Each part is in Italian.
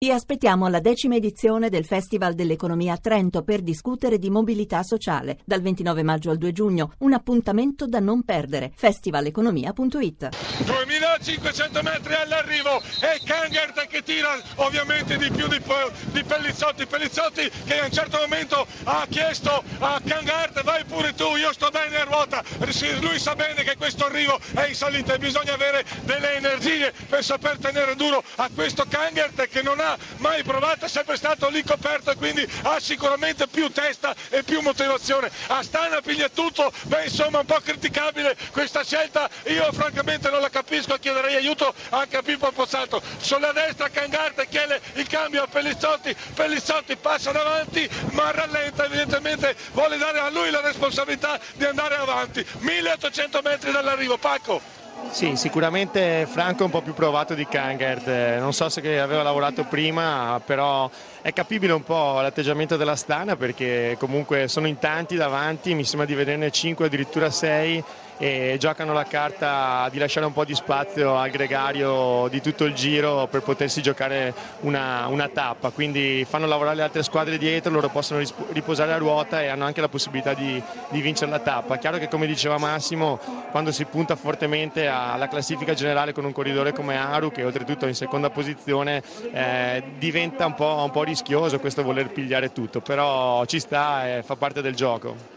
Vi aspettiamo alla 10ª edizione del Festival dell'Economia a Trento per discutere di mobilità sociale. Dal 29 maggio al 2 giugno, un appuntamento da non perdere. festivaleconomia.it. 2500 metri all'arrivo e Kangert che tira ovviamente di più di Pellizzotti che a un certo momento ha chiesto a Kangert: vai pure tu, io sto bene a ruota. Lui sa bene che questo arrivo è in salita e bisogna avere delle energie per saper tenere duro a questo Kangert che non ha mai provato, è sempre stato lì coperto e quindi ha sicuramente più testa e più motivazione. Astana piglia tutto, insomma un po' criticabile questa scelta, io francamente non la capisco, chiederei aiuto anche a Pippo Pozzato. Sulla destra Kangert chiede il cambio a Pellizzotti passa davanti ma rallenta, evidentemente vuole dare a lui la responsabilità di andare avanti. 1800 metri dall'arrivo, Paco. Sì, sicuramente Franco è un po' più provato di Kangert, non so se aveva lavorato prima, però è capibile un po' l'atteggiamento dell'Astana perché comunque sono in tanti davanti, mi sembra di vederne 5 addirittura 6 e giocano la carta di lasciare un po' di spazio al gregario di tutto il giro per potersi giocare una tappa, quindi fanno lavorare le altre squadre dietro, loro possono riposare a ruota e hanno anche la possibilità di vincere la tappa. Chiaro che, come diceva Massimo, quando si punta fortemente alla classifica generale con un corridore come Aru, che oltretutto è in seconda posizione, diventa un po' rischioso questo voler pigliare tutto, però ci sta e fa parte del gioco.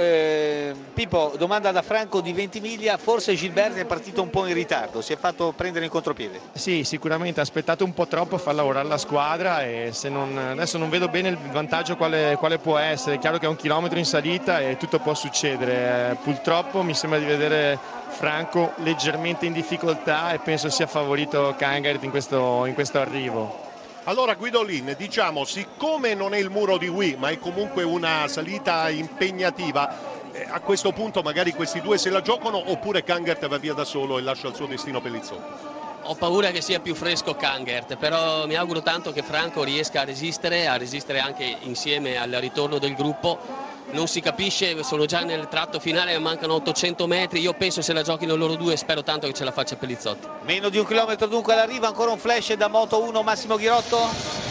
Pippo, domanda da Franco di Ventimiglia: forse Gilbert è partito un po' in ritardo, si è fatto prendere in contropiede? Sì, sicuramente ha aspettato un po' troppo a far lavorare la squadra e adesso non vedo bene il vantaggio quale può essere. È chiaro che è 1 chilometro in salita e tutto può succedere, purtroppo mi sembra di vedere Franco leggermente in difficoltà e penso sia favorito Kangert in questo arrivo. Allora Guidolin, diciamo, siccome non è il muro di Huy ma è comunque una salita impegnativa, a questo punto magari questi due se la giocano oppure Kangert va via da solo e lascia il suo destino Pellizzotti? Ho paura che sia più fresco Kangert, però mi auguro tanto che Franco riesca a resistere anche insieme al ritorno del gruppo. Non si capisce, sono già nel tratto finale, mancano 800 metri, io penso se la giochino loro due, spero tanto che ce la faccia Pellizzotti. Meno di 1 chilometro dunque all'arrivo, ancora un flash da Moto 1, Massimo Ghirotto.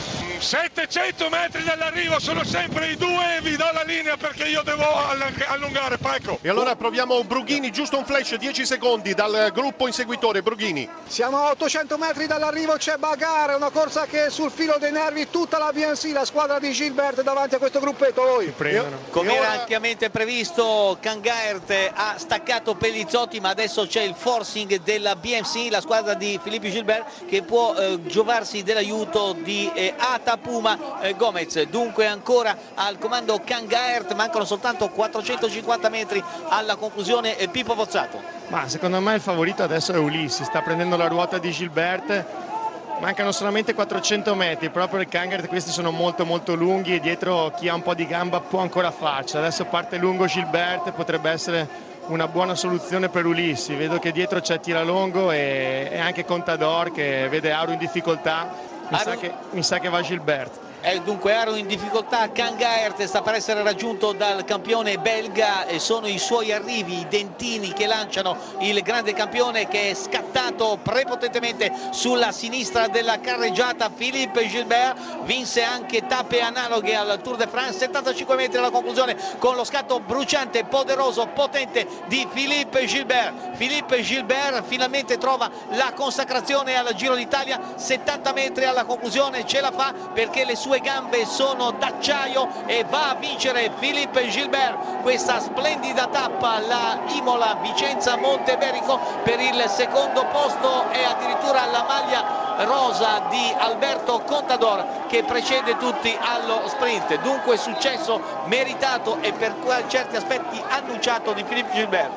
700 metri dall'arrivo, sono sempre i due e vi do la linea perché io devo allungare, Paco. E allora proviamo Brughini, giusto un flash, 10 secondi dal gruppo inseguitore. Brughini. Siamo a 800 metri dall'arrivo, c'è Bagarre, una corsa che è sul filo dei nervi, tutta la BNC, la squadra di Gilbert davanti a questo gruppetto. Come era ampiamente previsto, Kangert ha staccato Pellizzotti, ma adesso c'è il forcing della BMC, la squadra di Philippe Gilbert, che può giovarsi dell'aiuto di Puma Gomez. Dunque ancora al comando Kangert, mancano soltanto 450 metri alla conclusione. Pippo Pozzato. Ma secondo me il favorito adesso è Ulissi, sta prendendo la ruota di Gilbert, mancano solamente 400 metri, proprio il Kangert questi sono molto lunghi e dietro chi ha un po' di gamba può ancora farcela. Adesso parte lungo Gilbert, potrebbe essere una buona soluzione per Ulissi, vedo che dietro c'è Tiralongo e anche Contador che vede Aru in difficoltà. Mi sa che va Gilbert. Dunque Aru in difficoltà, Kangert sta per essere raggiunto dal campione belga e sono i suoi arrivi, i dentini che lanciano il grande campione che è scattato prepotentemente sulla sinistra della carreggiata. Philippe Gilbert vinse anche tappe analoghe al Tour de France, 75 metri alla conclusione con lo scatto bruciante, poderoso, potente di Philippe Gilbert. Philippe Gilbert finalmente trova la consacrazione al Giro d'Italia, 70 metri alla conclusione, ce la fa perché le sue gambe sono d'acciaio e va a vincere Philippe Gilbert questa splendida tappa, la Imola Vicenza Monteberico, per il secondo posto e addirittura la maglia rosa di Alberto Contador che precede tutti allo sprint. Dunque successo meritato e per certi aspetti annunciato di Philippe Gilbert.